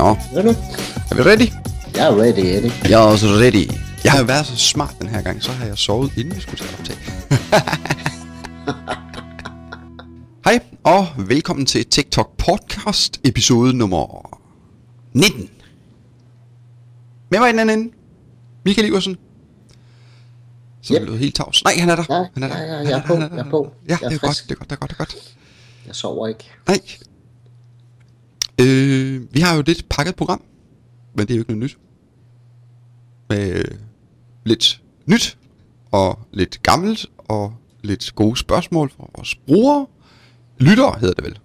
Nå, Ved du? er vi ready? Jeg er ready, Eddie. Jeg er også ready. Jeg har været så smart den her gang, så har jeg sovet inden vi skulle til at optage. Hej, og velkommen til TikTok Podcast, episode nummer 19. Med mig i den anden ende, Michael Iversen. Så yep. Lød helt tavs. Nej, han er der. Ja, Han er der. jeg er på. Jeg er på. Ja, jeg det er godt. Jeg sover ikke. Nej. Vi har jo et lidt pakket program, men det er jo ikke noget nyt. Med lidt nyt, og lidt gammelt, og lidt gode spørgsmål fra vores brugere. Lyttere hedder det vel?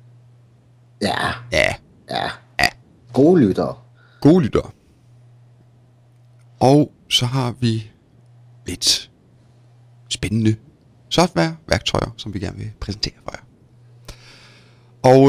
Ja. Gode lyttere. Gode lyttere. Og så har vi lidt spændende software-værktøjer, som vi gerne vil præsentere for jer. Og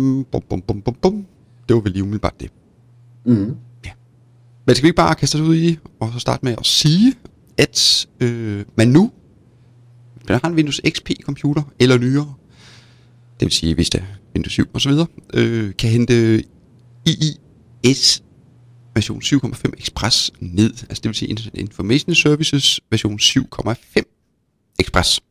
det var vel lige umiddelbart det. Mm-hmm. Ja. Men skal vi ikke bare kaste os ud i, og så starte med at sige, at man nu, hvis man har en Windows XP computer, eller nyere, det vil sige, hvis det er Windows 7 og så videre, kan hente IIS version 7.5 Express ned. Altså det vil sige Internet Information Services version 7.5 Express.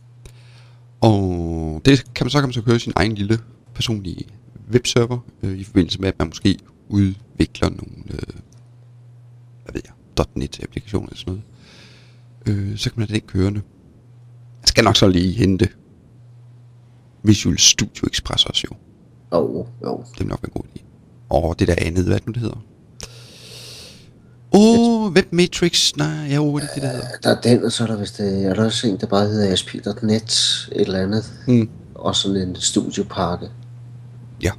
Og det kan man så køre sin egen lille personlige webserver i forbindelse med, at man måske udvikler nogle .NET-applikationer eller sådan noget. Så kan man have det kørende. Jeg skal nok så lige hente Visual Studio Express også jo. Jo. Det er nok en god idé. Og det der andet, hvad det hedder? Webmatrix, nej, det er det, der hedder. Der er den, og så er der vist er der også en, der bare hedder ASP.NET, et eller andet. Og sådan en studiepakke. Ja.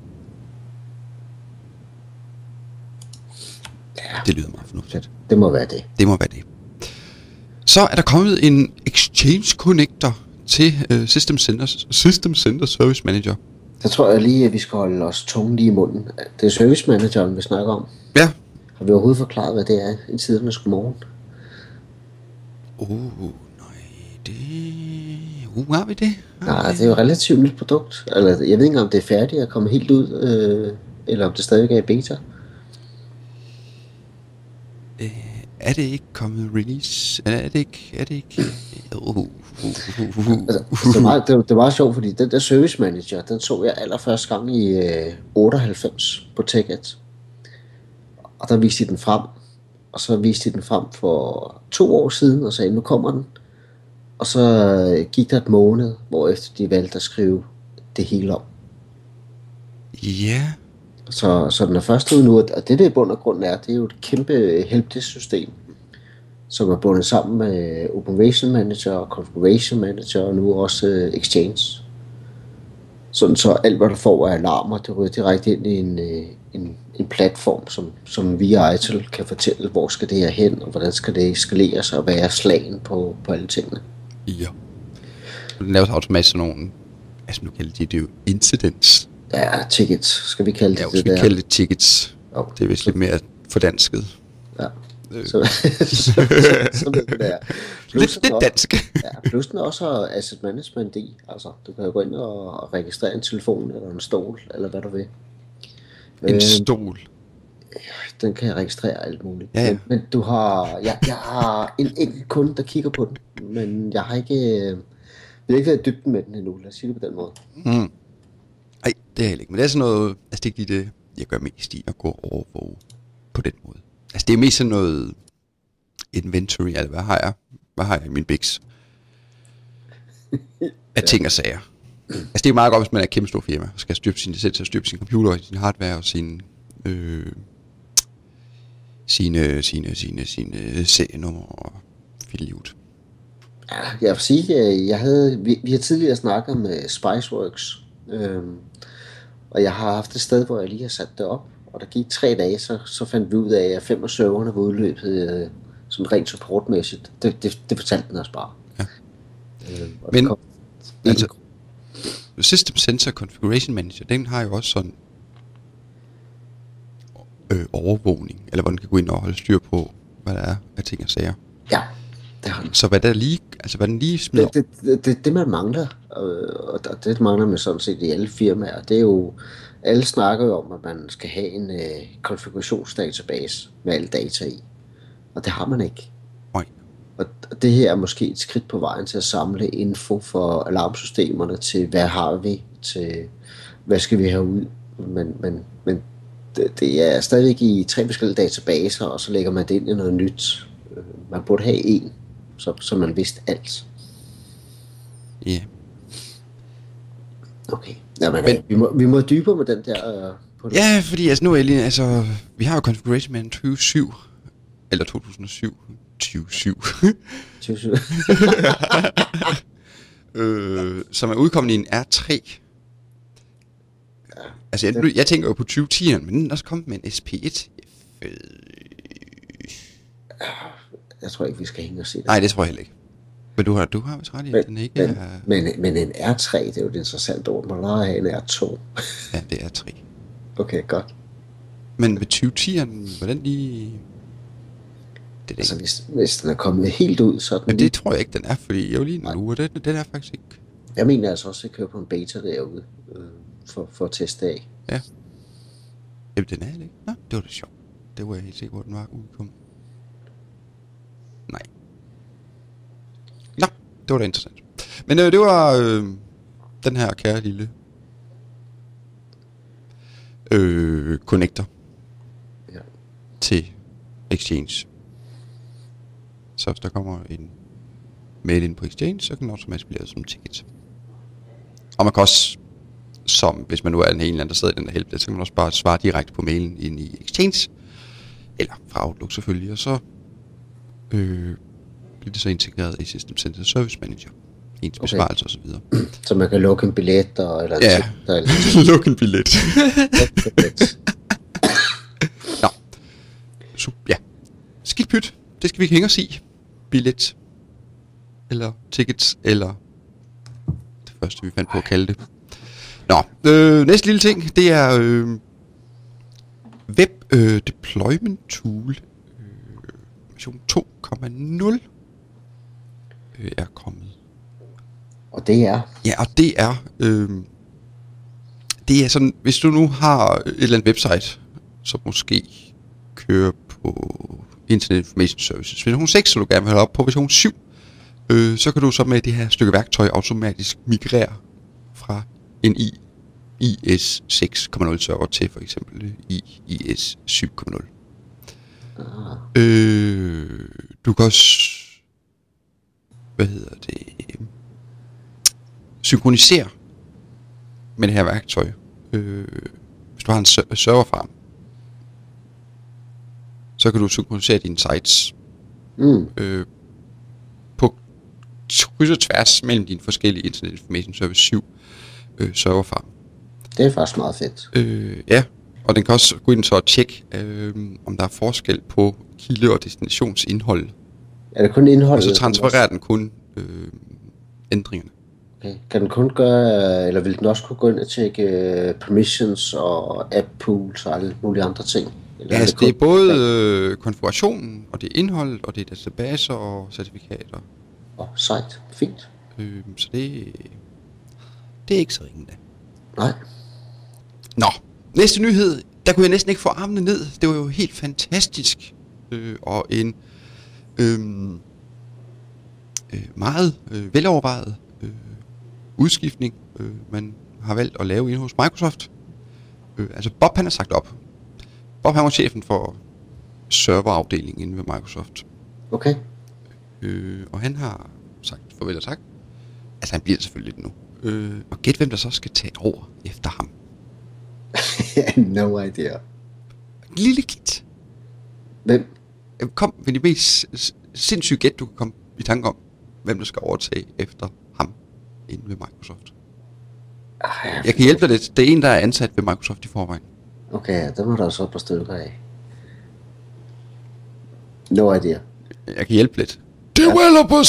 Det lyder meget fornuftigt. Det må være det. Det må være det. Så er der kommet en Exchange Connector til System Center Service Manager. Der tror jeg lige, at vi skal holde os tunge lige i munden. Det er Service Manageren, vi snakker om. Ja. Har vi overhovedet forklaret, hvad det er i tidernes godmorgen? Har vi det? Nej, det er jo et relativt nyt produkt. Eller, jeg ved ikke engang, om det er færdigt at komme helt ud, eller om det stadigvæk er i beta. Er det ikke kommet release? Er det ikke? Det var meget sjovt, fordi den der Service Manager, den så jeg allerførste gang i 98 på TechEd. Og der viste de den frem. Og så viste de den frem for 2 år siden og sagde, nu kommer den. Og så gik der et måned, hvorefter de valgte at skrive det hele om. Ja. Så den er først ude nu, og det i bund og grund er, det er jo et kæmpe helpdesk-system, som er bundet sammen med Operation Manager og Configuration Manager og nu også Exchange. Sådan så alt hvad der får af alarmer, det ryger direkte ind i en platform, som via ITIL kan fortælle, hvor skal det her hen, og hvordan skal det eskaleres, og hvad er slagen på alle tingene. Ja. Den laver automatisk sådan nogle, altså nu kalder de det jo incidents. Ja, tickets, skal vi kalde det. Ja, vi skal kalde det tickets. Jo. Det er vist lidt mere fordansket. Ja. Så ved du det er. Lidt dansk. Ja, plus den også har asset management i. Altså, du kan jo gå ind og registrere en telefon eller en stol, eller hvad du vil. En stol? Den kan jeg registrere alt muligt. Ja. Men du har... Jeg har en enkelt kunde, der kigger på den, men jeg har ikke... Jeg har ikke været i dybden med den endnu, lad os sige det på den måde. Nej, det er heller ikke. Men det er sådan noget... Altså, det er ikke lige det, jeg gør mest i at gå og overvåge på den måde. Altså, det er mest sådan noget inventory, altså hvad har jeg i min biks af ting og sager. Altså, det er meget godt, hvis man er et kæmpe stor firma, og skal styre sin licens, styre sin computer, sin hardware og sine serienummer og file ud. Ja, jeg vil sige, vi har tidligere snakket med Spiceworks, og jeg har haft et sted, hvor jeg lige har sat det op, og der gik 3 dage, så fandt vi ud af, at 5 af serverne var udløbet sådan rent supportmæssigt. Det fortalte den os bare. Ja. Men altså, System Center Configuration Manager, den har jo også sådan overvågning, eller hvor den kan gå ind og holde styr på, hvad der er af ting og sager. Ja, det har den. Så hvad der lige, altså hvad den lige smider. Det man mangler, og det mangler man sådan set i alle firmaer. Det er jo, alle snakker jo om, at man skal have en konfigurationsdatabase med alle data i, og det har man ikke. Nej. Og det her er måske et skridt på vejen til at samle info for alarmsystemerne til, hvad har vi, til hvad skal vi have ud, men det er stadigvæk i 3 forskellige databaser, og så lægger man det ind i noget nyt. Man burde have en, så man vidste alt. Ja. Yeah. Okay. Jamen, vi må dybere med den der... Ja, fordi altså nu er lige, altså, vi har jo Configuration Man 2007, eller 2007, 2007. 2007. Som er udkommet i en R3. Ja, altså, jeg tænker jo på 2010'eren, men den er også kommet med en SP1. Jeg tror ikke, vi skal hænge og se det. Nej, det tror jeg heller ikke. Men du har vist ret i, at den ikke er... Men en R3, det er jo et interessant ord. Man har en R2. Ja, det er R3. Okay, godt. Men ved 2010'eren, hvordan lige... Det altså, hvis den er kommet helt ud, så den... Men det tror jeg ikke, den er, fordi jeg er jo lige en uge, og den er faktisk ikke... Jeg mener altså også, at jeg kører på en beta derude, for at teste af. Ja. Jamen, den er ikke. Nå, det var da sjovt. Det var jeg helt sikker, hvor den var udkommet. Nej. Nå, det var da interessant. Men det var den her kære lille connector til Exchange. Så hvis der kommer en mail ind på Exchange, så kan den automatisk blive lavet som ticket. Og man kan også, som hvis man nu er en eller anden, der sidder i den der help, så kan man også bare svare direkte på mailen ind i Exchange. Eller fra Outlook selvfølgelig, og så bliver det så integreret i System Center Service Manager. Ens besvarelse og så videre. Så man kan lukke en billet eller en ja, lukke en billet. Nå. Så, ja. Skidt pyt. Det skal vi ikke hænge os i. Billet. Eller tickets. Eller det første vi fandt på at kalde det. Nå. Næste lille ting. Det er Web Deployment Tool. Version 2.0 er kommet. Og det er? Ja, og det er sådan, hvis du nu har et eller andet website, som måske kører på Internet Information Services version 6, så du gerne vil have op på version 7, så kan du så med det her stykke værktøj automatisk migrere fra en IS 6.0 server til for eksempel IS 7.0. Du kan også synkronisere med det her værktøj. Hvis du har en serverfarm, så kan du synkronisere dine sites på kryds og tværs mellem dine forskellige Internet Information Service 7 serverfarm. Det er faktisk meget fedt. Ja, og den kan også gå ind så og tjekke, om der er forskel på kilde- og destinationsindhold. Er det kun indholdet? Og så transfererer den kun ændringerne. Okay. Kan den kun gøre, eller vil den også kunne gå ind og tjekke permissions og app pools og alle mulige andre ting? Eller ja, altså det er både konfigurationen, og det er indholdet, og det er databaser og certifikater. Sejt. Fint. Så det er ikke så ringende. Nej. Nå, næste nyhed, der kunne jeg næsten ikke få armene ned. Det var jo helt fantastisk. Og en meget velovervejet udskiftning, man har valgt at lave inde hos Microsoft. Altså Bob, han er sagt op. Bob, han var chefen for serverafdelingen inde ved Microsoft. Okay. Og han har sagt farvel og tak. Altså han bliver selvfølgelig lidt nu. Og gæt hvem der så skal tage over efter ham. No idea. Lille Kit. Hvem? Kom med de mest sindssyge gæt, du kan komme i tanke om, hvem der skal overtage efter ham inde ved Microsoft. Jeg kan hjælpe dig lidt. Det er en, der er ansat ved Microsoft i forvejen. Okay, der må der så et par stykker af. No idea. Jeg kan hjælpe lidt. Developers!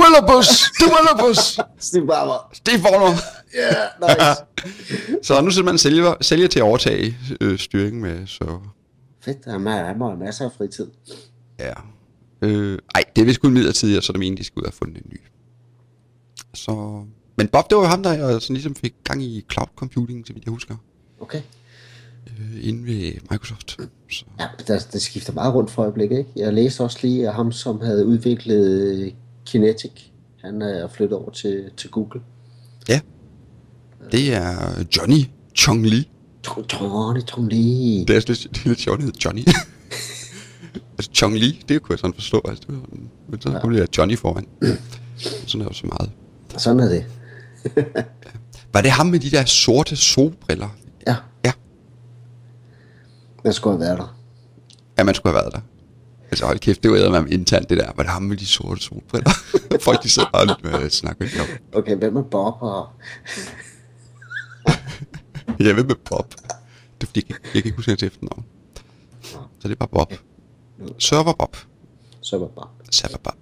Steve Ballmer. Yeah, nice. Så nu sidder man sælger til at overtage styringen med server. Fedt, han må have masser af fritid. Ja. Ej, det er vist kun midlertidigt, og så er det meningen, de skal ud og have fundet en ny. Så Men Bob, det var jo ham, der sådan ligesom fik gang i cloud computing, så vidt jeg husker. Okay. Inde ved Microsoft. Så. Ja, det skifter meget rundt for øjeblikket, ikke? Jeg læste også lige, at ham, som havde udviklet Kinetic, han er flyttet over til Google. Ja. Det er Johnny Chong Lee. Johnny Chong Lee. Det er lidt sjovt, det Johnny. Altså Chong Lee, det kunne jeg sådan forstå. Altså, men så kunne det være Johnny foran. Sådan er jo så meget. Sådan er det. Var det ham med de der sorte solbriller? Ja. Ja. Man skulle have været der. Ja, man skulle have været der. Altså hold kæft, det var eddermame internt det der. Var det ham med de sorte solbriller? Folk de sidder bare lidt med at snakke om. Okay, hvem er Bob og... Jeg ved med Bob. Det er fordi, jeg kan ikke huske hans efternavn. Så det er bare Bob. Server Bob. Server Bob. Server Bob.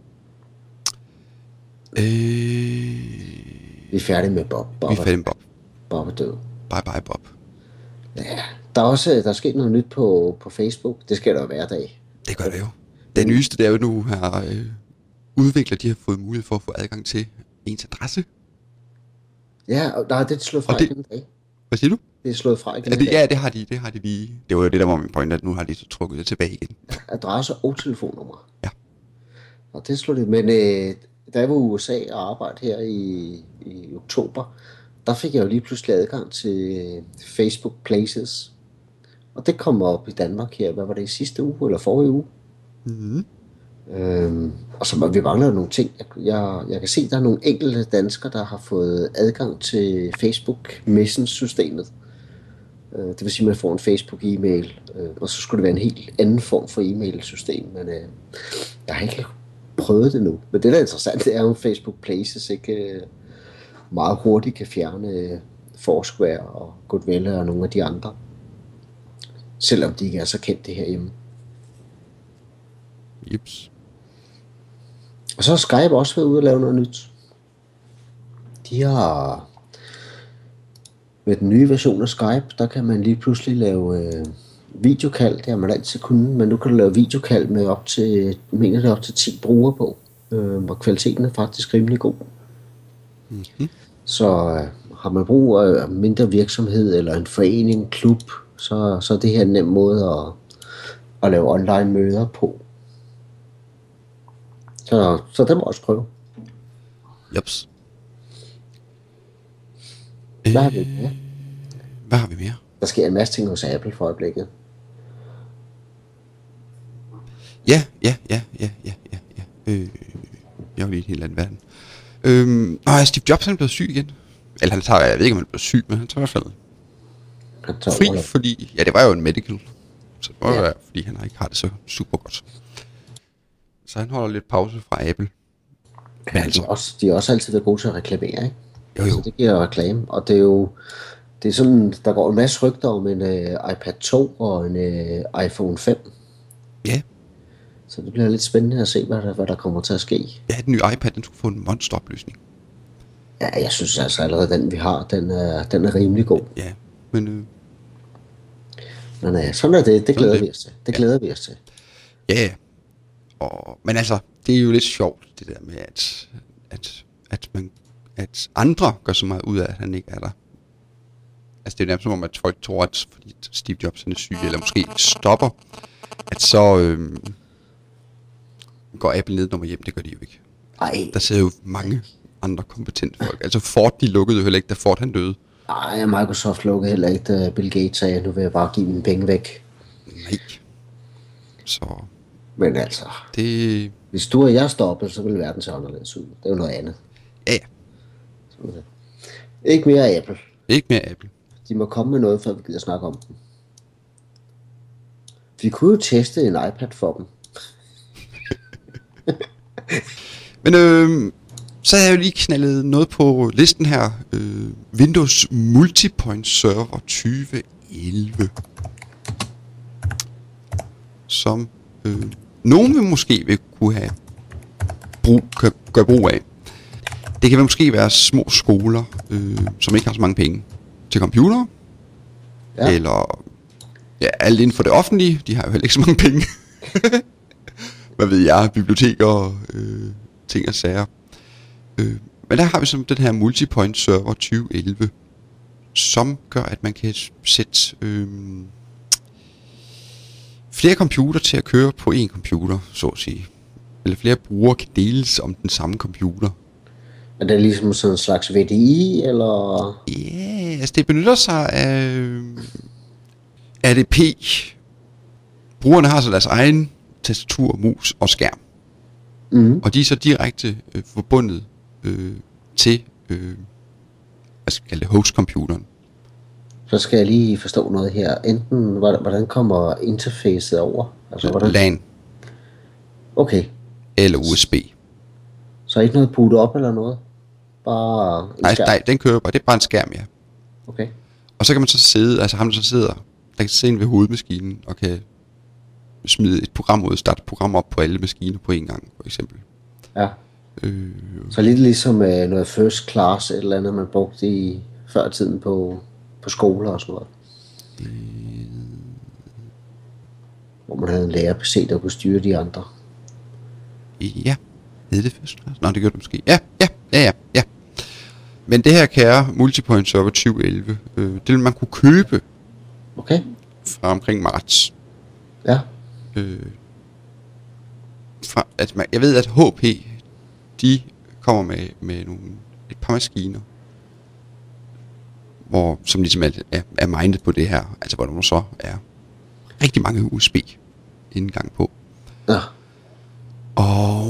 Vi er færdige med Bob. Vi er færdige med Bob. Bob er død. Bye bye Bob. Ja, der er sket noget nyt på Facebook. Det sker der jo hver dag. Det gør det jo. Det nyeste, det er jo nu her udvikler, de har fået mulighed for at få adgang til ens adresse. Ja, og nej, det er slået fra igen i dag. Hvad siger du? Det er slået fra igen i dag. Ja, det har de lige. Det var jo det, der var min point, at nu har de så trukket det tilbage igen. Adresse og telefonnummer. Ja. Og det slår det. Men da jeg var i USA og arbejdede her i oktober, der fik jeg jo lige pludselig adgang til Facebook Places. Og det kom op i Danmark her, hvad var det, i sidste uge eller forrige uge? Mm-hmm. Og så vi mangler nogle ting. Jeg kan se, at der er nogle enkelte danskere, der har fået adgang til Facebook Messenger-systemet. Det vil sige, at man får en Facebook-e-mail, og så skulle det være en helt anden form for e-mail-system. Men jeg har ikke prøvet det nu. Men det, der er interessant, det er jo, Facebook Places ikke meget hurtigt kan fjerne Foursquare og Goodwell og nogle af de andre. Selvom de ikke er så kendte herhjemme. Jeps. Og så har Skype også været ude og lave noget nyt. De har... Med den nye version af Skype, der kan man lige pludselig lave videokald. Det har man altid kunnet, men nu kan du lave videokald med op til 10 brugere på. Og kvaliteten er faktisk rimelig god. Mm-hmm. Så har man brug af mindre virksomhed eller en forening, en klub, så er det her en nem måde at lave online møder på. Så det må også prøve. Jeps. Hvad har vi mere? Hvad har vi mere? Der sker en masse ting hos Apple for øjeblikket. Ja. Jeg er jo lige i en helt anden verden. Steve Jobs han er blevet syg igen. Eller jeg ved ikke om han er blevet syg, men han tager i hvert fald fri, fordi, ja det var jo en medical. Så det var jo fordi han ikke har det så super godt. Så han holder lidt pause fra Apple. Men altså, de er også altid været gode til at reklamere, ikke? Jo. Så det giver reklame, og det er sådan, der går en masse rygter om en iPad 2 og en iPhone 5. Ja. Så det bliver lidt spændende at se, hvad der kommer til at ske. Ja, den nye iPad, den skulle få en monsteropløsning. Ja, jeg synes altså allerede, den vi har, den er rimelig god. Ja, men... Men sådan er det. Det glæder vi os til. Det glæder vi os til. Ja. Men altså, det er jo lidt sjovt, det der med, at andre gør så meget ud af, at han ikke er der. Altså, det er jo nærmest som om, at folk tror, at fordi Steve Jobs er syg, eller måske stopper, at så går Apple ned nummer hjem. Det gør de jo ikke. Ej. Der sidder jo mange andre kompetente folk. Altså Ford, de lukkede jo heller ikke, da Ford han døde. Nej, Microsoft lukkede heller ikke, da Bill Gates sagde, nu vil jeg bare give mine penge væk. Nej. Så... Men altså, hvis du og jeg stopper, så vil verden se anderledes ud. Det er jo noget andet. Ja. Ikke mere Apple. Ikke mere Apple. De må komme med noget, før vi gider snakke om dem. Vi kunne jo teste en iPad for dem. Men så har jeg jo lige knaldet noget på listen her. Windows Multipoint Server 2011. Som nogen vil måske vil kunne have gøre brug af. Det kan måske være små skoler, som ikke har så mange penge til computere. Ja. Eller alt inden for det offentlige. De har jo heller ikke så mange penge. Hvad ved jeg, biblioteker, ting og sager. Men der har vi så den her multipoint server 2011, som gør, at man kan sætte flere computer til at køre på en computer, så at sige. Eller flere brugere kan deles om den samme computer. Er det ligesom sådan en slags VDI, eller? Ja, altså det benytter sig af ADP. Brugerne har så deres egen tastatur, mus og skærm. Mm. Og de er så direkte forbundet til hvad skal jeg kalde det, host-computeren. Så skal jeg lige forstå noget her. Enten, hvordan kommer interfacet over? Altså, hvordan? LAN Okay. eller USB. Så ikke noget boot op eller noget? Bare en skærm? Nej, den kører bare. Det er bare en skærm, ja. Okay. Og så kan man så sidde, altså ham der så sidder, der kan sidde ved hovedmaskinen og kan smide et program ud, starte et program op på alle maskiner på en gang, for eksempel. Ja. Så lidt ligesom noget first class, et eller andet, man brugte i før tiden på skoler og sådan noget. Hvor man havde en lærer-PC, der kunne styre de andre. Ja, hed det first class? Nå, det gjorde det måske. Ja. Men det her kære multipoint server 2011, det vil man kunne købe Okay. fra omkring marts. Ja. Jeg ved, at HP, de kommer med et par maskiner, som ligesom er mindet på det her, altså hvor der så er rigtig mange USB indgang på. Ja. Og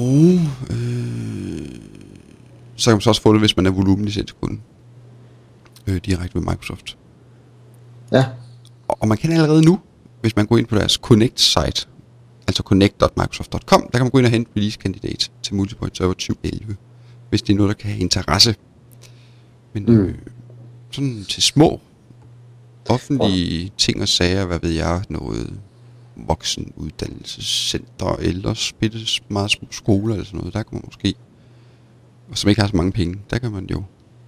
så kan man så også få det, hvis man er volumenlicenskunde, direkte med Microsoft. Ja. Og man kan allerede nu, hvis man går ind på deres Connect-site, altså connect.microsoft.com, der kan man gå ind og hente release-kandidat til multipoint server 2011, hvis det er noget, der kan have interesse. Men sådan til små offentlige ting og sager, hvad ved jeg, noget voksenuddannelsescenter eller bitte meget små skoler eller sådan noget, der kan man måske, og som ikke har så mange penge, der kan man jo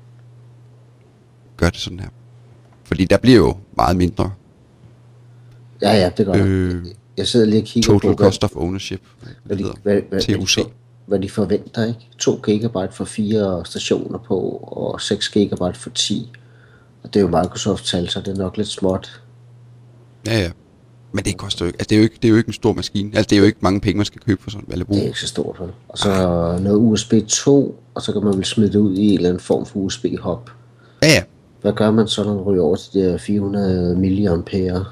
gøre det sådan her. Fordi der bliver jo meget mindre. Ja, det gør jeg sidder lige og kigger total på, cost of ownership, hvad de forventer, ikke? 2 GB for 4 stationer på, og 6 GB for 10. Og det er jo Microsoft-tal, så det er nok lidt småt. Ja. Men det koster jo ikke, altså det er jo ikke en stor maskine. Altså det er jo ikke mange penge, man skal købe for sådan en Det er ikke så stort, vel? Og så noget USB 2, og så kan man vel smide det ud i en eller anden form for USB-hop. Ja. Hvad gør man så, når man ryger over til de 400 milliampere?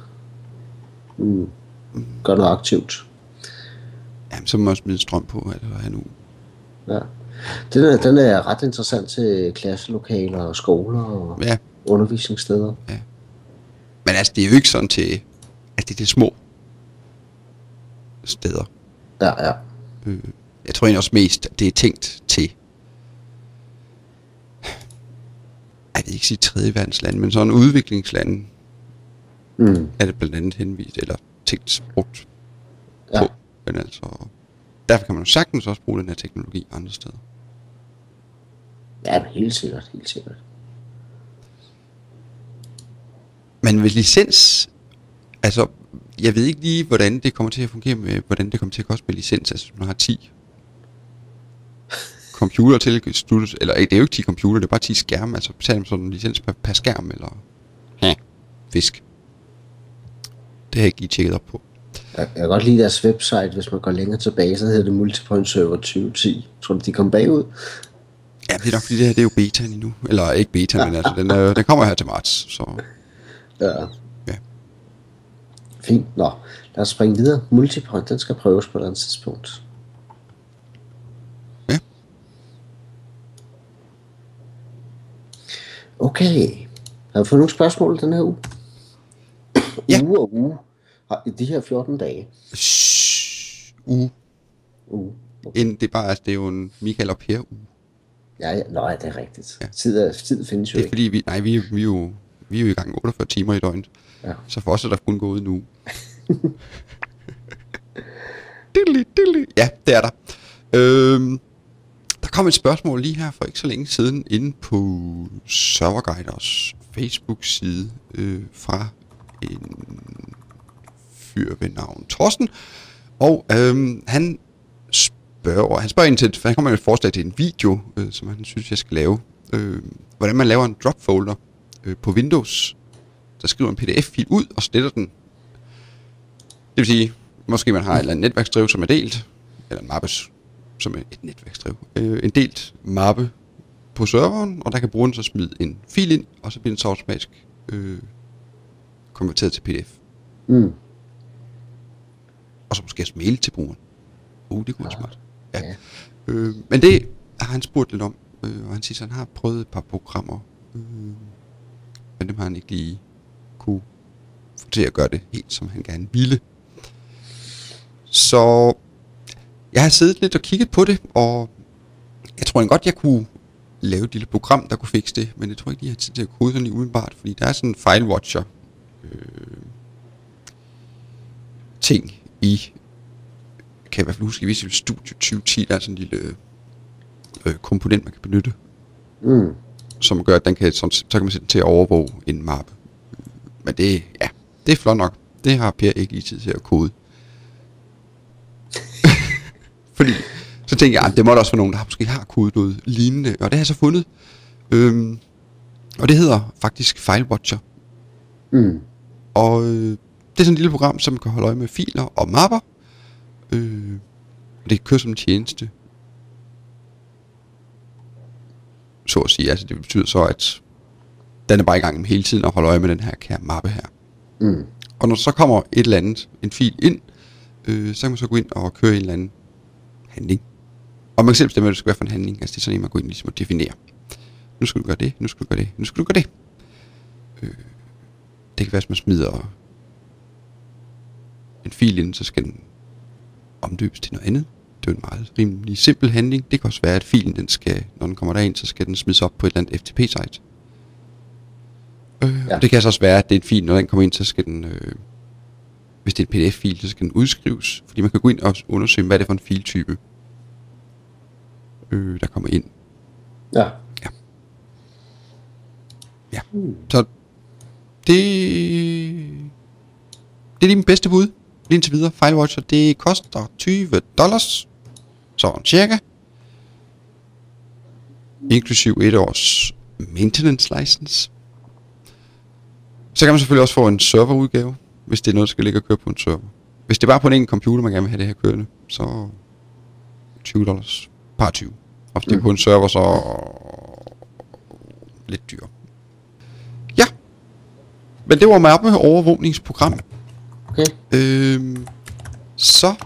Gør noget aktivt. Jamen, så må man smide strøm på, eller hvad nu. Ja. Den er ret interessant til klasselokaler og skoler og undervisningssteder. Ja. Men altså, det er jo ikke sådan til, at det er de små steder. Ja. Jeg tror egentlig også mest, at det er tænkt til, jeg vil ikke sige tredje verdensland, men sådan udviklingslande er det blandt andet henvist, eller tænkt brugt på. Men altså, derfor kan man jo sagtens også bruge den her teknologi andre steder. Ja, helt sikkert. Men ved licens, altså, jeg ved ikke lige, hvordan det kommer til at fungere med, hvordan det kommer til at koste med licens, altså man har 10 computer tilsluttet, eller det er jo ikke 10 computer, det er bare 10 skærme, altså betaler man sådan en licens per skærm, eller fisk. Det har jeg ikke lige tjekket op på. Jeg kan godt lide deres website, hvis man går længere tilbage, så hedder det Multipoint Server 2010. Tror du, de kom bagud? Ja, det er nok fordi det er jo betaen endnu. Eller ikke betaen, men altså den kommer her til marts, så... Ja. Fint. Nå, lad os springe videre. Multipoint, den skal prøves på et andet tidspunkt. Ja. Okay. Har vi fået nogle spørgsmål den her uge? Ja. Uge. I de her 14 dage. Uge. Okay. Det er bare, altså, det er jo en Michael og Per uge. Ja, det er rigtigt. Ja. Tid findes jo ikke. Det er fordi, vi er jo i gang 48 timer i døgnet. Ja. Så for os er der kun gået en uge. Ja, det er der. Der kom et spørgsmål lige her for ikke så længe siden inde på Serverguiders Facebook-side fra en fyr ved navn Thorsten. Og han spørge over. Han spørger ind til, for han kommer med et forslag til en video, som han synes, jeg skal lave. Hvordan man laver en drop folder på Windows. Der skriver en pdf-fil ud og sletter den. Det vil sige, måske man har et eller andet netværksdrev, som er delt, eller en mappe, som er et netværksdrev. En delt mappe på serveren, og der kan brugeren så smide en fil ind, og så bliver den så automatisk konverteret til pdf. Og så måske også mail til brugeren. Det kunne være smart. Ja. Men det har han spurgt lidt om, og han siger, at han har prøvet et par programmer, men dem har han ikke lige kunne få til at gøre det helt, som han gerne ville. Så jeg har siddet lidt og kigget på det, og jeg tror godt, jeg kunne lave et lille program, der kunne fikse det, men jeg tror ikke lige, jeg har tid til at kode sådan lige umiddelbart, fordi der er sådan en FileWatcher ting i, kan jeg i hvert fald huske, i Visual Studio 2010, der er sådan en lille komponent, man kan benytte, som gør, at den kan, så kan man sætte den til at overvåge en mappe. Men det er flot nok. Det har Per ikke lige tid til at kode. Fordi så tænker jeg, det må der også være nogen, der måske har kodet noget lignende, og det har jeg så fundet. Og det hedder faktisk FileWatcher. Og det er sådan et lille program, som kan holde øje med filer og mapper. Og det kører som en tjeneste. Så at sige, altså det betyder så, at den er bare i gang med hele tiden at holde øje med den her mappe her. Og når så kommer et eller andet, en fil ind, så kan man så gå ind og køre en eller anden handling. Og man kan selv bestemme, hvad det skal være for en handling. Altså det er sådan en, man går ind ligesom og definerer. Nu skal du gøre det, nu skal du gøre det, nu skal du gøre det. Det kan være, at man smider en fil ind, så skal den omdøbes til noget andet. Det er en meget rimelig simpel handling. Det kan også være, at filen, den skal, når den kommer derind, så skal den smides op på et eller andet FTP-site. Og det kan så også være, at det er en fil, når den kommer ind, så skal den, hvis det er en pdf-fil, så skal den udskrives. Fordi man kan gå ind og undersøge, hvad det er for en filtype, der kommer ind. Ja. Så det er lige min bedste bud. Lige indtil videre. FileWatcher, det koster $20. Sådan cirka. Inklusiv 1 års maintenance license. Så kan man selvfølgelig også få en serverudgave, hvis det er noget, der skal ligge og køre på en server. Hvis det er bare på en enkelt computer, man gerne vil have det her kørende, så $20. Par 20. Og hvis det er på en server, så lidt dyr. Ja. Men det var mappe overvågningsprogram. Okay. Så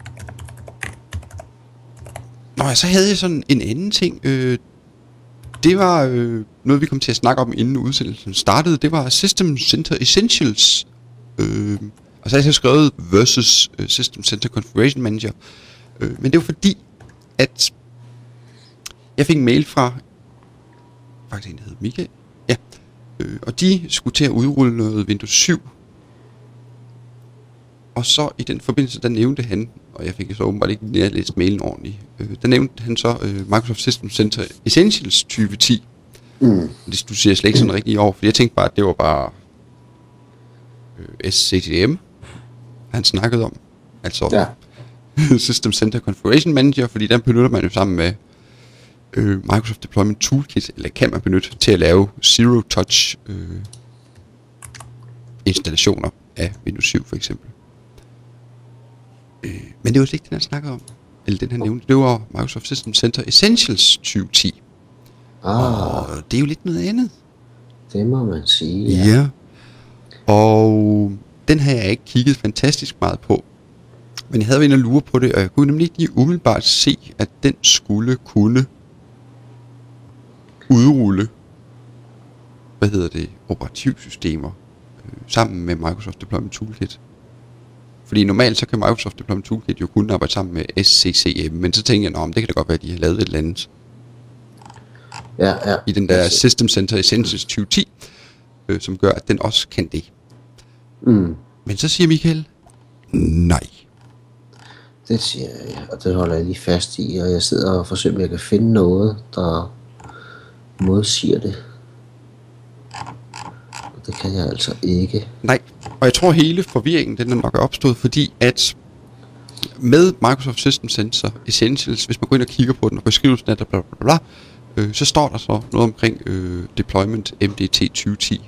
havde jeg sådan en anden ting. Det var noget, vi kom til at snakke om, inden udsendelsen startede. Det var System Center Essentials. Og så har jeg skrevet versus System Center Configuration Manager. Men det var fordi, at jeg fik en mail fra, faktisk en, der hed Michael. Ja. Og de skulle til at udrulle noget Windows 7. Og så i den forbindelse, der nævnte han, og jeg fik så åbenbart ikke læst mailen ordentligt, der nævnte han så Microsoft System Center Essentials 2010. Det du siger slet ikke sådan rigtig over, for jeg tænkte bare, at det var bare SCCM, han snakkede om. Altså System Center Configuration Manager, fordi den benytter man jo sammen med Microsoft Deployment Toolkit, eller kan man benytte til at lave Zero Touch installationer af Windows 7 for eksempel. Men det var slet ikke den, han snakkede om. Eller den, han nævnte. Det var Microsoft System Center Essentials 2010. Og det er jo lidt noget andet. Det må man sige, ja. Og den har jeg ikke kigget fantastisk meget på. Men jeg havde været inde og lure på det, og jeg kunne nemlig ikke lige umiddelbart se, at den skulle kunne udrulle, operativsystemer sammen med Microsoft Deployment Toolkit. Fordi normalt så kan Microsoft Deployment Toolkit jo kun arbejde sammen med SCCM, men så tænker jeg, det kan da godt være, at de har lavet et eller andet. Ja. I den der System Center Essentials 2010, som gør, at den også kan det. Men så siger Michael, nej. Det siger jeg, og det holder jeg lige fast i, og jeg sidder og forsøger, at jeg kan finde noget, der modsiger det. Og det kan jeg altså ikke. Nej, og jeg tror hele forvirringen, den er nok opstået, fordi at med Microsoft System Center Essentials, hvis man går ind og kigger på den, og beskrivelsen af det, bla bla bla, så står der så noget omkring deployment MDT 2010.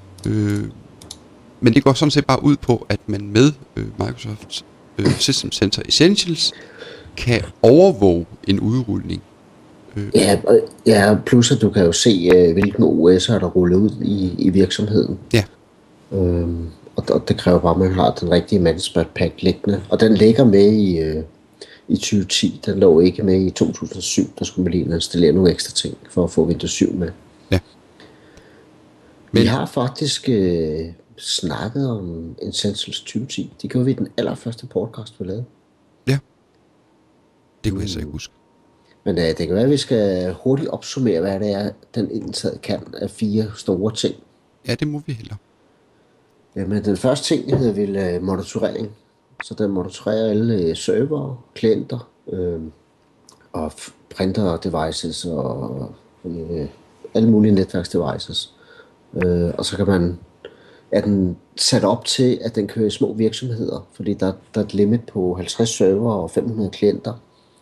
Men det går sådan set bare ud på, at man med Microsoft System Center Essentials kan overvåge en udrulning. Ja, plus at du kan jo se, hvilken OS'er der ruller ud i virksomheden. Ja. Og det kræver bare, at man har den rigtige management pack liggende. Og den ligger med i 2010. Den lå ikke med i 2007. Der skulle man lige installere nogle ekstra ting for at få Windows 7 med. Ja. Men vi har faktisk snakket om Essentials 2010. Det gjorde vi i den allerførste podcast, vi lavede. Ja. Det kunne jeg så ikke huske. Men det kan være, at vi skal hurtigt opsummere, hvad det er, den indtaget kan af 4 store ting. Ja, det må vi hellere. Jamen, den første ting hedder vel monitorering. Så den monitorerer alle server, klienter og printer devices og alle mulige netværksdevices. Og så er den sat op til, at den kører i små virksomheder, fordi der er et limit på 50 server og 500 klienter.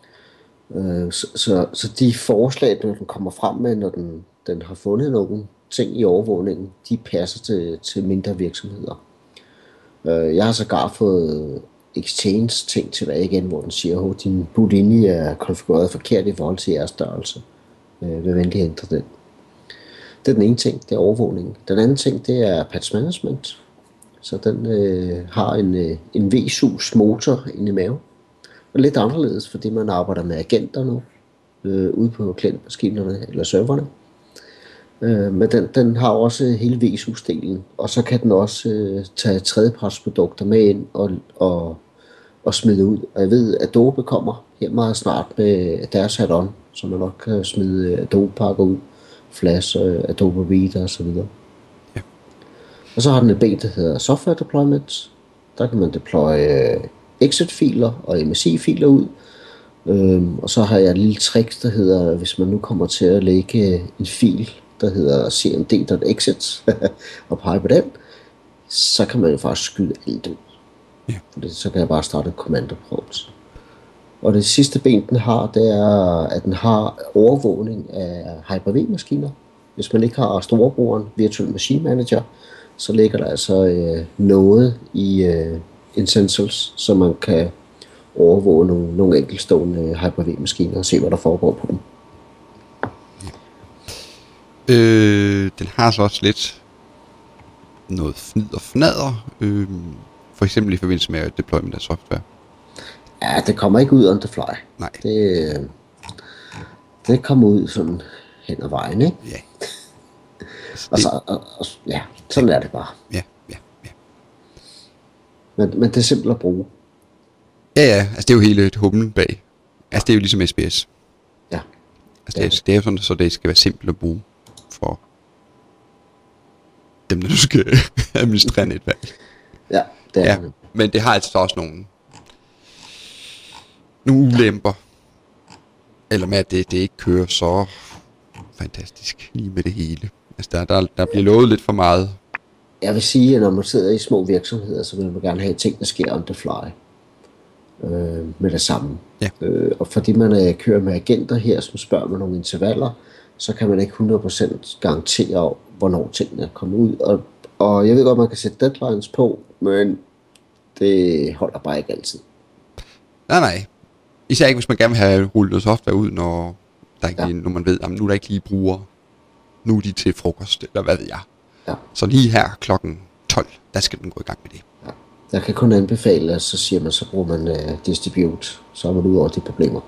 Så de forslag, når den kommer frem med, når den har fundet nogle ting i overvågningen, de passer til mindre virksomheder. Jeg har sågar fået Exchange ting tilbage igen, hvor den siger, at din bootlinje er konfigureret forkert i forhold til jeres størrelse. Vil venlig ændre den. Det er den ene ting, det er overvågningen. Den anden ting, det er patch management. Så den har en VSUS motor inde i maven. Og lidt anderledes, fordi man arbejder med agenter nu, ude på klientmaskinerne eller serverne. Men den har også hele VSUS-delen, og så kan den også tage tredjepartsprodukter med ind og smide ud. Og jeg ved, at Adobe kommer her meget snart med deres add-on, så man nok kan smide Adobe-pakker ud, Flash, Adobe Reader osv. Ja. Og så har den et ben, der hedder Software Deployment. Der kan man deploye exit-filer og MSI-filer ud. Og så har jeg et lille trick, der hedder, hvis man nu kommer til at lægge en fil, der hedder cmd.exit og pege på den, så kan man jo faktisk skyde alt ud. Ja. Fordi så kan jeg bare starte en commando prompt. Og det sidste ben, den har, det er, at den har overvågning af Hyper-V-maskiner. Hvis man ikke har storebrugeren Virtual Machine Manager, så ligger der altså noget i Essentials, så man kan overvåge nogle enkeltstående Hyper-V-maskiner og se, hvad der foregår på dem. Den har så også lidt noget fnid og fnader, for eksempel i forbindelse med deployment af software. Ja, det kommer ikke ud on the fly. Nej. Det kommer ud sådan hen ad vejen, ikke? Ja. Ja, sådan er det bare. Ja. Men det er simpelt at bruge. Ja, altså det er jo hele humlen bag. Altså det er jo ligesom SBS. Ja. Altså det er jo sådan, så det skal være simpelt at bruge for dem, der nu skal administrere netværk. Ja, det er det. Men det har altså også nogle ulemper. Eller med, at det ikke kører så fantastisk lige med det hele. Altså der bliver lovet lidt for meget. Jeg vil sige, at når man sidder i små virksomheder, så vil man gerne have ting, der sker on the fly. Med det samme. Ja. Og fordi man kører med agenter her, som spørger med nogle intervaller, så kan man ikke 100% garantere, hvornår tingene kommer ud. Og jeg ved godt, man kan sætte deadlines på, men det holder bare ikke altid. Nej. Især ikke, hvis man gerne vil have rullet noget software ud, når når man ved, at nu er der ikke lige bruger, nu er de til frokost, eller hvad ved jeg. Ja. Så lige her klokken 12, der skal den gå i gang med det. Ja. Jeg kan kun anbefale, at så siger man, så bruger man distribute, så er man ud over de problemer.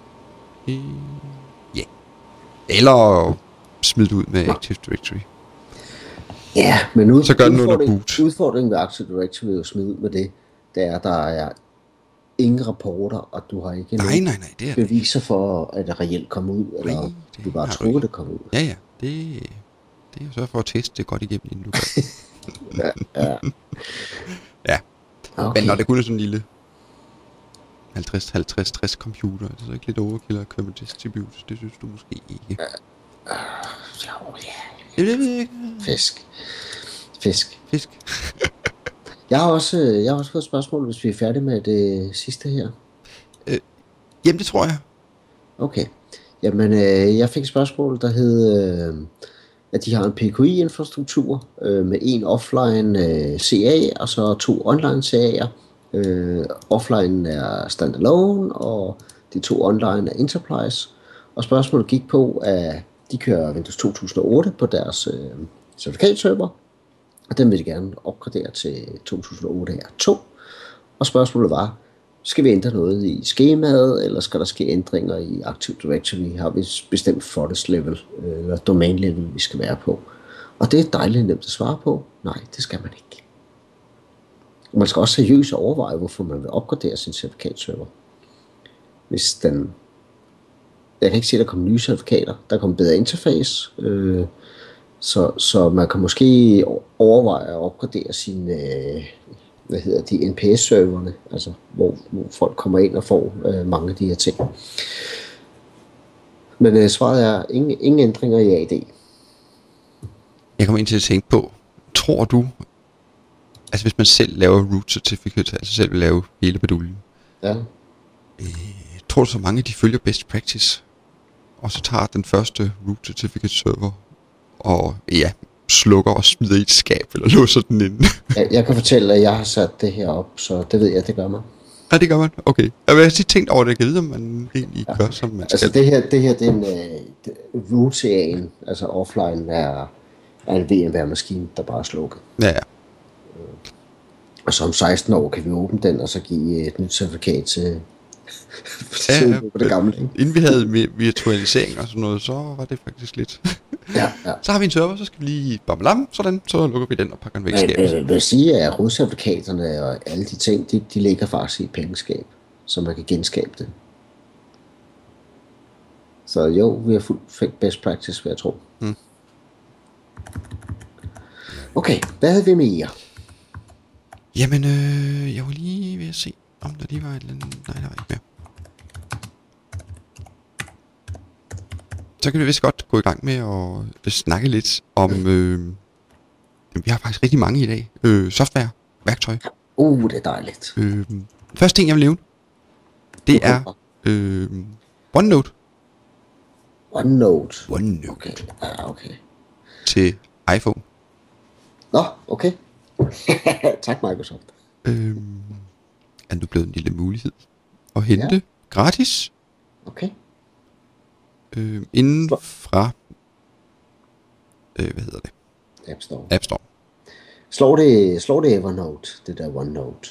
Ja. Eller smid ud med Active Directory. Ja, men så gør den under boot. Udfordringen ved Active Directory er jo smid ud med det, er, at der er ingen rapporter, og du har ikke nogen beviser for, at det reelt kommer ud, eller du bare tror, det kommer ud. Ja, det er jo så for at teste det godt igennem, inden du gør. Ja. Okay. Men når det kun er sådan en lille 50-60 computer, er det så ikke lidt overkill at køre med distribute? Det synes du måske ikke. Fisk. Jeg har også fået et spørgsmål, hvis vi er færdige med det sidste her. Øh, jamen, det tror jeg. Okay. Jamen, jeg fik et spørgsmål, der hed, at de har en PKI-infrastruktur med en offline CA, og så 2 online CA'er. Offline er standalone, og de 2 online er enterprise. Og spørgsmålet gik på, at de kører Windows 2008 på deres certifikatserver, og den vil de gerne opgradere til 2008 R2. Og spørgsmålet var, skal vi ændre noget i skemaet, eller skal der ske ændringer i Active Directory? Har vi et bestemt forest level, eller domain level, vi skal være på? Og det er dejligt nemt at svare på. Nej, det skal man ikke. Man skal også seriøst overveje, hvorfor man vil opgradere sin certifikatserver. Hvis den... Jeg kan ikke sige, at der kommer nye certifikater. Der kommer bedre interface. Så man kan måske overveje at opgradere sine... de NPS-serverne, altså hvor folk kommer ind og får mange af de her ting. Men svaret er ingen ændringer i AD. Jeg kommer ind til at tænke på, tror du, altså hvis man selv laver root certificate, altså selv vil lave hele baduljen, Ja. tror du så mange, de følger best practice, og så tager den første root certificate server, og ja, slukker og smider i et skab, eller låser den inde? Jeg kan fortælle, at jeg har sat det her op, så det ved jeg, det gør man. Ja, det gør man. Okay. Jeg har lige tænkt over det, jeg kan vide, om man egentlig gør, som man skal. Altså det her det er en root-CA'en, altså offline er en VMware-maskine, der bare er slukket. Ja. Og så om 16 år kan vi åbne den, og så give et nyt certifikat til på det gamle. Ikke? Inden vi havde virtualisering og sådan noget, så var det faktisk lidt. Ja. Så har vi en server, så skal vi lige bamlam, sådan, så lukker vi den og pakker den væk i skabet. Jeg vil sige, at rodcertifikaterne og alle de ting, de ligger faktisk i et pengeskab, så man kan genskabe det. Så jo, vi har fuldt best practice, vil jeg tro. Okay, hvad havde vi med jer? Jamen, jeg var lige ved at se, om der lige var et eller andet. Nej, der var ikke mere. Så kan vi vist godt gå i gang med at snakke lidt om... vi har faktisk rigtig mange i dag. Software, værktøj. Det er dejligt. Første ting, jeg vil nævne, det er OneNote. OneNote. OneNote. Okay. Til iPhone. Nå, okay. Tak, Microsoft. Er nu blevet en lille mulighed at hente gratis. Okay. Inden fra hvad hedder det? App Store. Slår det Evernote, det der OneNote?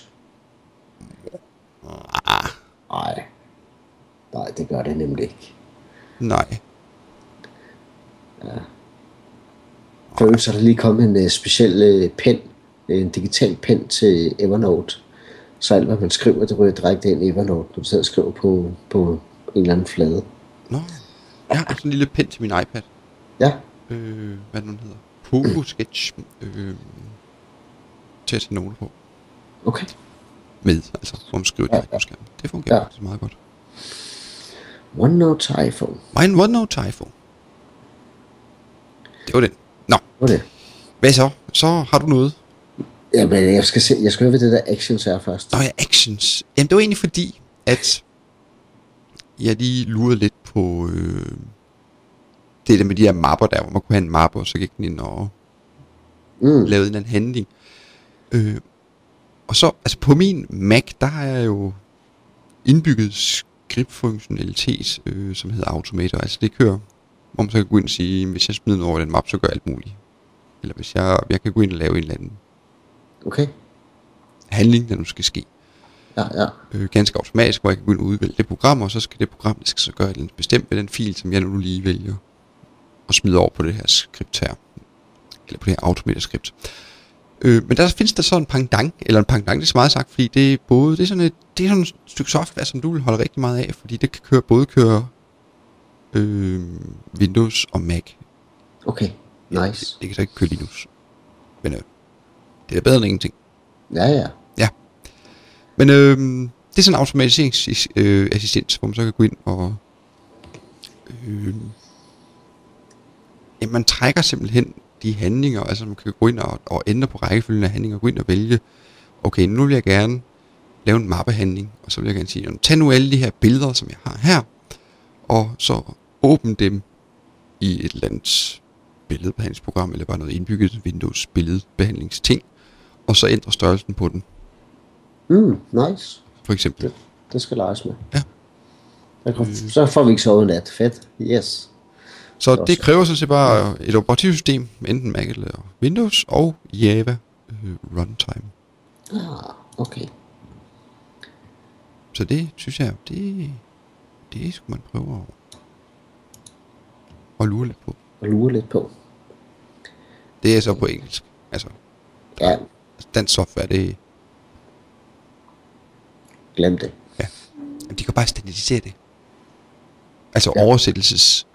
Nej, det gør det nemlig ikke. Nej. Ja. For så er der lige kommet en speciel pen, en digital pen til Evernote. Så alt hvad man skriver, det ryger direkte ind i Evernote, når du selv skriver på en eller anden flade. Nå. Jeg har sådan en lille pen til min iPad. Ja. Hvad den hedder? Pogo Sketch. Til at tage noter på. Okay. Med, altså, hvor man skriver direkte på skærmen. Det fungerer faktisk meget godt. OneNote til iPhone. OneNote til iPhone. Det var den. Nå. Det. Hvad så? Så har du noget? Jamen, jeg skal høre, hvad det der Actions er først. Nå ja, Actions. Jamen, det var egentlig fordi, at jeg lige lurede lidt på det der med de her mapper der, hvor man kunne have en mappe, og så gik den ind og lavede en anden handling. Og så, altså på min Mac, der har jeg jo indbygget script-funktionalitet, som hedder Automator. Altså det kører, hvor man så kan gå ind og sige, hvis jeg smider noget over den map, så gør alt muligt. Eller hvis jeg kan gå ind og lave en eller anden handling, der nu skal ske. Ja. Ganske automatisk, hvor jeg kan gå ind og udvælge det program, og så skal det program, det skal så gøre et eller andet bestemt med den fil, som jeg nu lige vælger og smide over på det her skript her. Eller på det her Automator skript. Men der findes der så en pendant, eller en pendant, det er så meget sagt, fordi det er sådan et stykke software, som du vil holde rigtig meget af, fordi det kan køre Windows og Mac. Okay, nice. Det kan så ikke køre Linux. Men det er bedre end ingenting. Ja. Men det er sådan en automatiseringsassistent, hvor man så kan gå ind og man trækker simpelthen de handlinger, altså man kan gå ind og ændre på rækkefølgen af handlinger, gå ind og vælge okay, nu vil jeg gerne lave en mappehandling, og så vil jeg gerne sige, tag nu alle de her billeder, som jeg har her, og så åbn dem i et eller andet billedbehandlingsprogram, eller bare noget indbygget Windows billedbehandlingsting, og så ændre størrelsen på den. Nice. For eksempel. Det skal leges med. Ja. Så får vi ikke sovet nat. Fedt. Yes. Så det kræver sådan set bare et operativsystem, enten Mac eller Windows, og Java runtime. Okay. Så det synes jeg, det skulle man prøve at lure lidt på. Det er så på engelsk. Altså, ja. Dansk software, det... Glem det. Ja. Men de kan bare standardisere det. Altså oversættelses...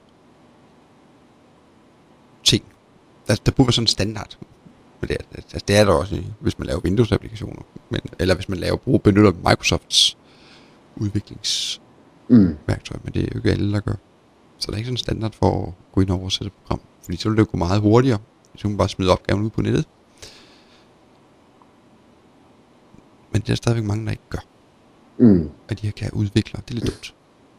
ting. Der burde være sådan en standard. Men det er der også, hvis man laver Windows-applikationer. Eller hvis man benytter Microsofts udviklingsværktøj. Men det er jo ikke alle, der gør. Så der er ikke sådan en standard for at gå ind og oversætte et program. Fordi så vil det jo gå meget hurtigere. Så kan man bare smide opgaven ud på nettet. Men det er stadigvæk mange, der ikke gør. At de her kan udvikle. Det er lidt dumt.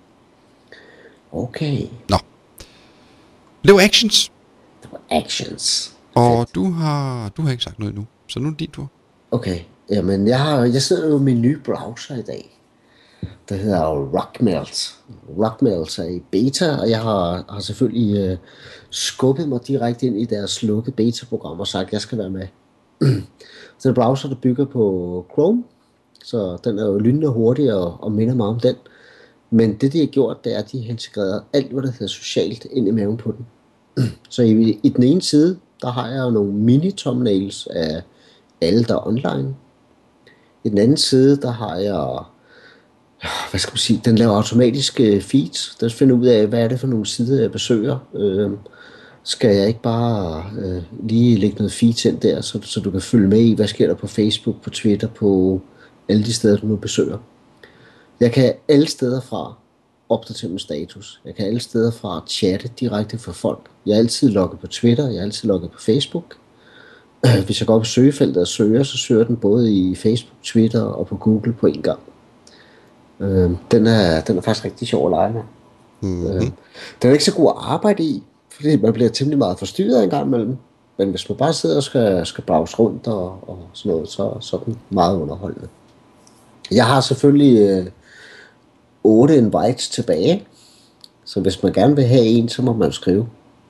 Okay. Nå. Det var actions. Actions. Og fedt. du har ikke sagt noget endnu. Så nu er det din tur. Okay. Jamen, jeg sidder jo med en ny browser i dag. Der hedder Rockmelt. Rockmelt er i beta, og jeg har selvfølgelig skubbet mig direkte ind i deres lukkede beta-program og sagt, at jeg skal være med. Så en browser, der bygger på Chrome, så den er jo lynende hurtig og minder mig om den. Men det, de har gjort, det er, at de har integreret alt, hvad der hedder socialt, ind i maven på den. Så i den ene side, der har jeg nogle mini-thumbnails af alle, der er online. I den anden side, der har jeg, hvad skal man sige, den laver automatiske feeds. Der finder ud af, hvad er det for nogle sider, jeg besøger. Skal jeg ikke bare lige lægge noget feeds ind der, så du kan følge med i, hvad sker der på Facebook, på Twitter, på alle de steder, du nu besøger. Jeg kan alle steder fra opdatere min status. Jeg kan alle steder fra chatte direkte for folk. Jeg er altid logget på Twitter, jeg er altid logget på Facebook. Hvis jeg går op i søgefeltet og søger, så søger den både i Facebook, Twitter og på Google på en gang. Den er faktisk rigtig sjov at lege med. Den er ikke så god at arbejde i, fordi man bliver temmelig meget forstyrret en gang imellem. Men hvis man bare sidder og skal browse rundt og sådan noget, så er den meget underholdende. Jeg har selvfølgelig 8 invites tilbage, så hvis man gerne vil have en, så må man skrive.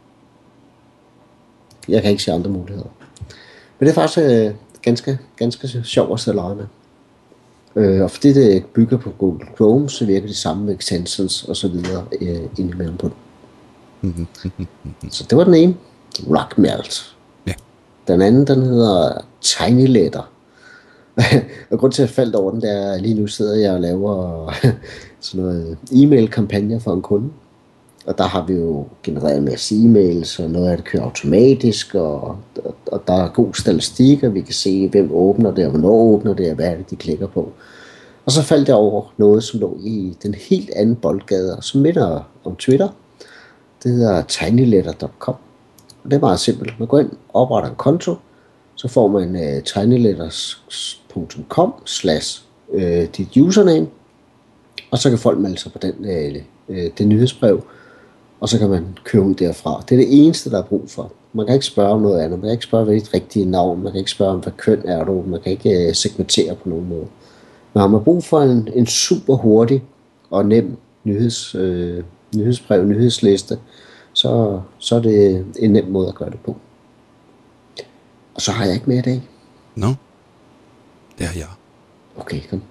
Jeg kan ikke se andre muligheder. Men det er faktisk ganske sjovt at sidde og lege med. Og fordi det bygger på Google Chrome, så virker det samme med extensions og så videre indimellem på den. Så det var den ene. Rockmelt. Ja. Den anden, den hedder Tiny Letter. Og grund til at jeg faldt over den, der lige nu sidder jeg og laver sådan noget e-mail-kampagner for en kunde. Og der har vi jo genereret en masse e-mails, og noget af det kører automatisk, og der er god statistik, og vi kan se, hvem åbner det, og hvornår åbner det, og hvad er det, de klikker på. Og så faldt jeg over noget, som lå i den helt anden boldgade, og som minder om Twitter. Det hedder tinyletter.com. Og det er meget simpelt. Man går ind, opretter en konto, så får man tinyletters.com / dit username, og så kan folk melde sig på det nyhedsbrev, og så kan man køre ud derfra. Det er det eneste, der er brug for. Man kan ikke spørge om noget andet. Man kan ikke spørge, hvad dit rigtige navn. Man kan ikke spørge om, hvad køn er du. Man kan ikke segmentere på nogen måde. Men har man brug for en super hurtig og nem nyhedsbrev, nyhedsliste, så er det en nem måde at gøre det på. Og så har jeg ikke mere i dag. Nå, det har jeg. Okay, kom.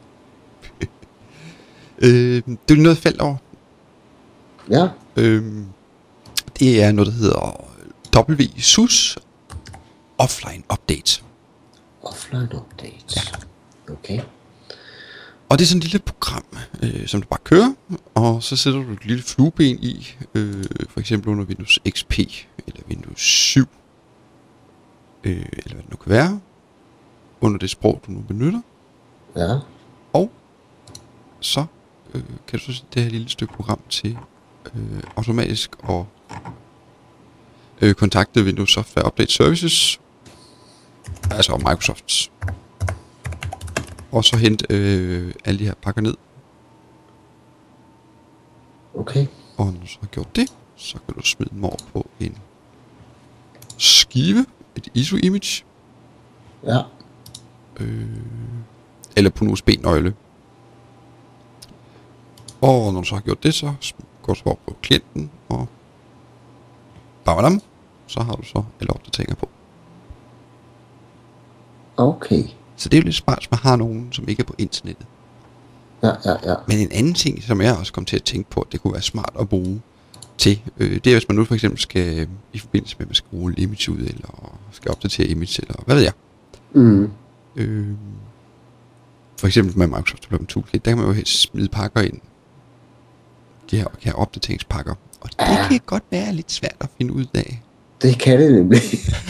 Det er noget faldt over. Ja. Det er noget, der hedder WSUS Offline Update. Offline Update. Ja. Okay. Og det er sådan et lille program, som du bare kører, og så sætter du et lille flueben i, for eksempel under Windows XP, eller Windows 7, eller hvad det nu kan være, under det sprog, du nu benytter. Ja. Og så kan du så sætte det her lille stykke program til automatisk og kontakte Windows Software Update Services, altså Microsofts og så hente alle de her pakker ned. Okay. Og når du så har gjort det, så kan du smide dem over på en skive, et ISO-image, Ja. eller på en USB-nøgle. Og når du så har gjort det, så går du over på klienten, og badam, så har du så alle opdateringer på. Okay. Så det er jo lidt smart, hvis man har nogen, som ikke er på internettet. Ja. Men en anden ting, som jeg også kom til at tænke på, at det kunne være smart at bruge til, det er, hvis man nu for eksempel skal, i forbindelse med, at man skal rulle image ud, eller skal opdatere image, eller hvad ved jeg. For eksempel med Microsoft Development Toolkit, der kan man jo helst smide pakker ind. De her opdateringspakker. Og det kan godt være lidt svært at finde ud af. Det kan det nemlig.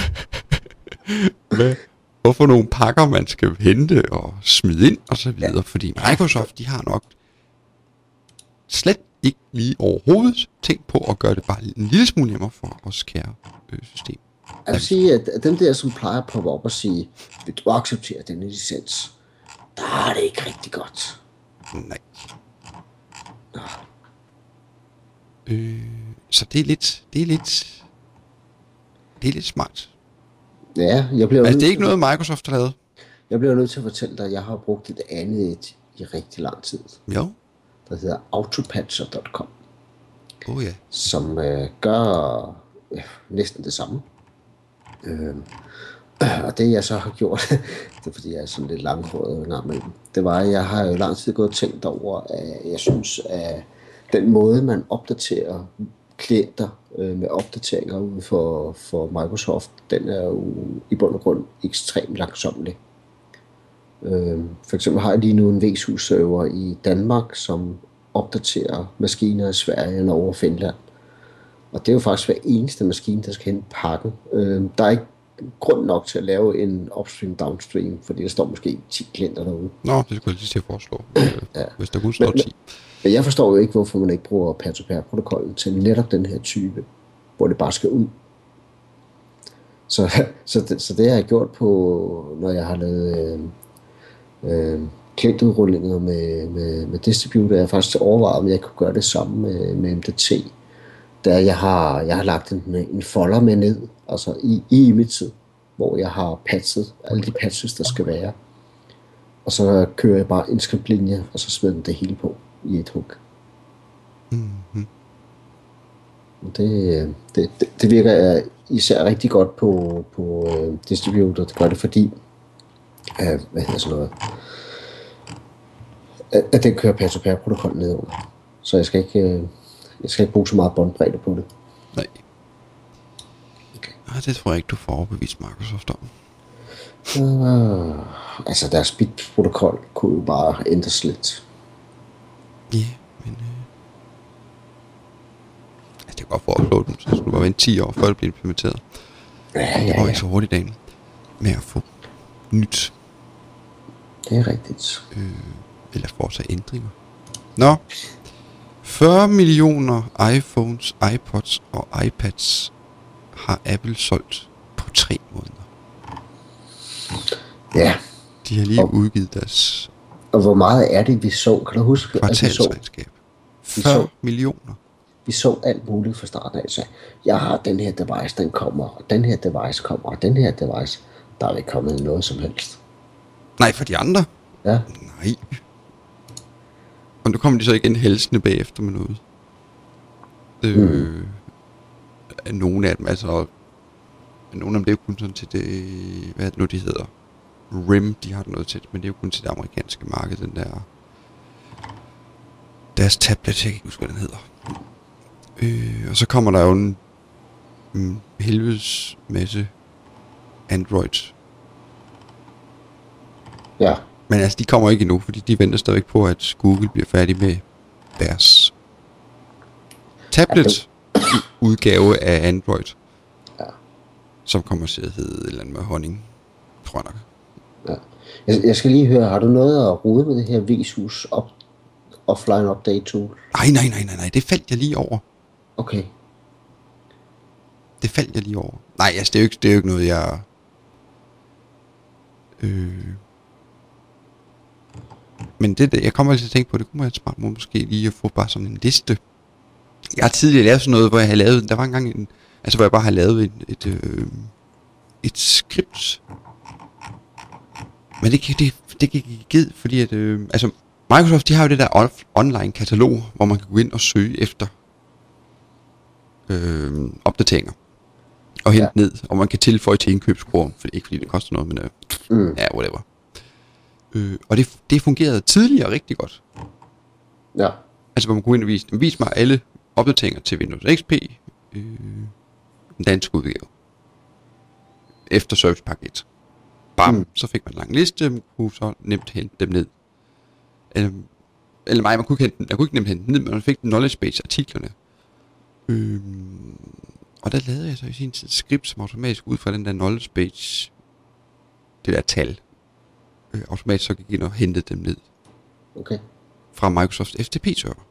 Hvorfor nogle pakker, man skal hente og smide ind, og så videre. Fordi Microsoft, de har nok slet ikke lige overhovedet tænkt på at gøre det bare en lille smule nemmere for os kære system. Jeg vil sige, at dem der, som plejer at poppe op og sige, vil du acceptere denne licens? Der er det ikke rigtig godt. Nej. Så det er lidt smart. Ja, jeg bliver altså det er ikke noget Microsoft har lavet. Jeg bliver nødt til at fortælle dig, at jeg har brugt et andet i rigtig lang tid. Jo. Der hedder autopatcher.com. Ja. Som gør næsten det samme. Og det jeg så har gjort, det er fordi jeg er sådan lidt langhåret en gang imellem, det var, at jeg har jo lang tid gået og tænkt over, at jeg synes, at den måde man opdaterer klienter med opdateringer ude for Microsoft, den er jo i bund og grund ekstremt langsomlig. For eksempel har jeg lige nu en VSU-server i Danmark, som opdaterer maskiner i Sverige, Norge og Finland. Og det er jo faktisk hver eneste maskine, der skal hente pakken. Der er ikke grund nok til at lave en upstream downstream, fordi der står måske 10 klienter derude. Nå, det skulle jeg lige til at foreslå, hvis der kun står 10. Men jeg forstår jo ikke, hvorfor man ikke bruger peer-to-peer-protokollen til netop den her type, hvor det bare skal ud. Så det har jeg gjort på, når jeg har lavet klientudrullinger med distributor. Jeg har faktisk overvejet, om jeg kunne gøre det samme med MDT. Der jeg har lagt en folder med ned, altså i imaget, hvor jeg har patchet alle de patches, der skal være. Og så kører jeg bare en scriptlinje, og så smider den det hele på i et hug. Mm-hmm. Det virker især rigtig godt på distributor. Det gør det fordi, hvad hedder sådan noget, at den kører peer-to-peer-protokol nedover. Så jeg skal ikke bruge så meget båndbredde på det. Nej. Okay. Nej, det tror jeg ikke, du får overbevist Microsoft om. Altså deres bit-protokol kunne jo bare ændres lidt. Ja, men det kan godt få upload den, så skulle du bare vente 10 år, før det bliver implementeret. Ja. Det var ikke så hurtigt dagen med at få nyt. Det er rigtigt. Eller foretage ændringer. Nå. 40 millioner iPhones, iPods og iPads har Apple solgt på 3 måneder. Ja. De har lige udgivet deres... Og hvor meget er det, vi så? Kan du huske? Kvartalsregnskab. 40 millioner. Vi så alt muligt fra starten af. Så jeg har den her device, den kommer, og den her device kommer, og den her device. Der er ikke kommet noget som helst. Nej, for de andre? Ja. Nej. Og nu kommer de så igen helsende bagefter med noget. Nogle af dem, altså... Nogle af dem, det er jo kun sådan til det... Hvad er det nu, de hedder? RIM, de har noget til det, men det er jo kun til det amerikanske marked, den der... Deres tablet, jeg kan ikke huske, hvad den hedder. Og så kommer der jo en helvedes masse Android. Ja. Men altså, de kommer ikke endnu, fordi de venter stadigvæk på, at Google bliver færdig med deres tablet-udgave af Android. Ja. Som kommer til at hedde et eller andet med honning, tror jeg nok. Ja. Jeg skal lige høre, har du noget at rode med det her VSUS offline update tool? Nej, det faldt jeg lige over. Okay. Det faldt jeg lige over. Nej, altså det er jo ikke noget, jeg... Men det, jeg kommer altid til at tænke på, det kunne være smart måske lige at få bare sådan en liste. Jeg har tidligere lavet sådan noget, hvor jeg havde lavet, der var engang hvor jeg bare har lavet et script. Men det gik ikke givet, fordi at, Microsoft, de har jo det der online katalog, hvor man kan gå ind og søge efter opdateringer. Og hente ned, og man kan tilføje til indkøbskurven, for ikke fordi det koster noget, men whatever. Og det fungerede tidligere rigtig godt. Ja. Altså hvor man kunne ind og vise mig alle opdateringer til Windows XP, den danske udgave, efter Service Pack 1. Bam, så fik man en lang liste, man kunne så nemt hente dem ned. Eller nej, man kunne ikke nemt hente dem ned, men man fik den knowledge base artiklerne. Og der lavede jeg så i sin tid et script, som automatisk ud fra den der knowledge base, det der tal, automatisk så gik ind og hentede dem ned. Okay. Fra Microsoft FTP-server.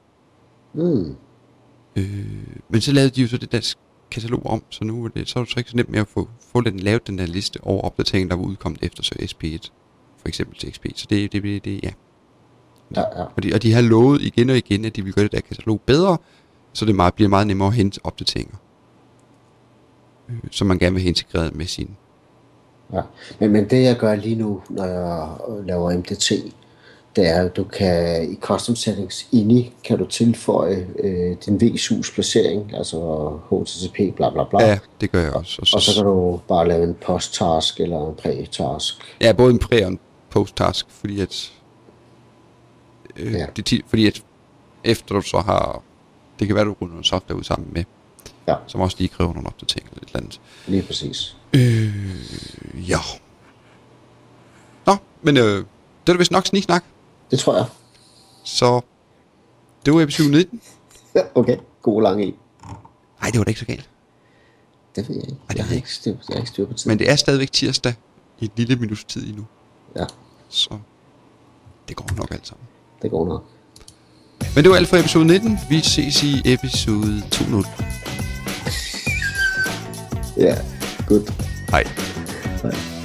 Men så lavede de jo så det der katalog om, så nu er det så ikke så nemt med at få lavet den der liste over opdateringer, der var udkommet efter så SP1, for eksempel til XP. Så det ja. Ja. Og de har lovet igen og igen, at de vil gøre det der katalog bedre, så det bliver meget nemmere at hente opdateringer, som man gerne vil have integreret med sin. Ja, men det jeg gør lige nu, når jeg laver MDT, det er, at du kan i custom settings inde, kan du tilføje din vSUS placering, altså HTTP bla bla bla. Ja, det gør jeg også. Og så kan du bare lave en post-task eller en pre-task. Ja, både en pre- og en post-task, fordi at fordi at efter du så har, det kan være du ruller noget software ud sammen med, som også lige kræver nogle opdateringer eller et eller andet. Lige præcis. Ja. Nå, men det er vist nok sniksnak. Det tror jeg. Så det var episode 19. Okay, god lang en. Nej, det var da ikke så galt. Det ved jeg ikke. Jeg har ikke styr på tiden. Men det er stadigvæk tirsdag i et lille minuts tid endnu. Ja. Så det går nok alt sammen. Det går nok. Men det var alt for episode 19. Vi ses i episode 2.0. Ja, good. Hej. Hej.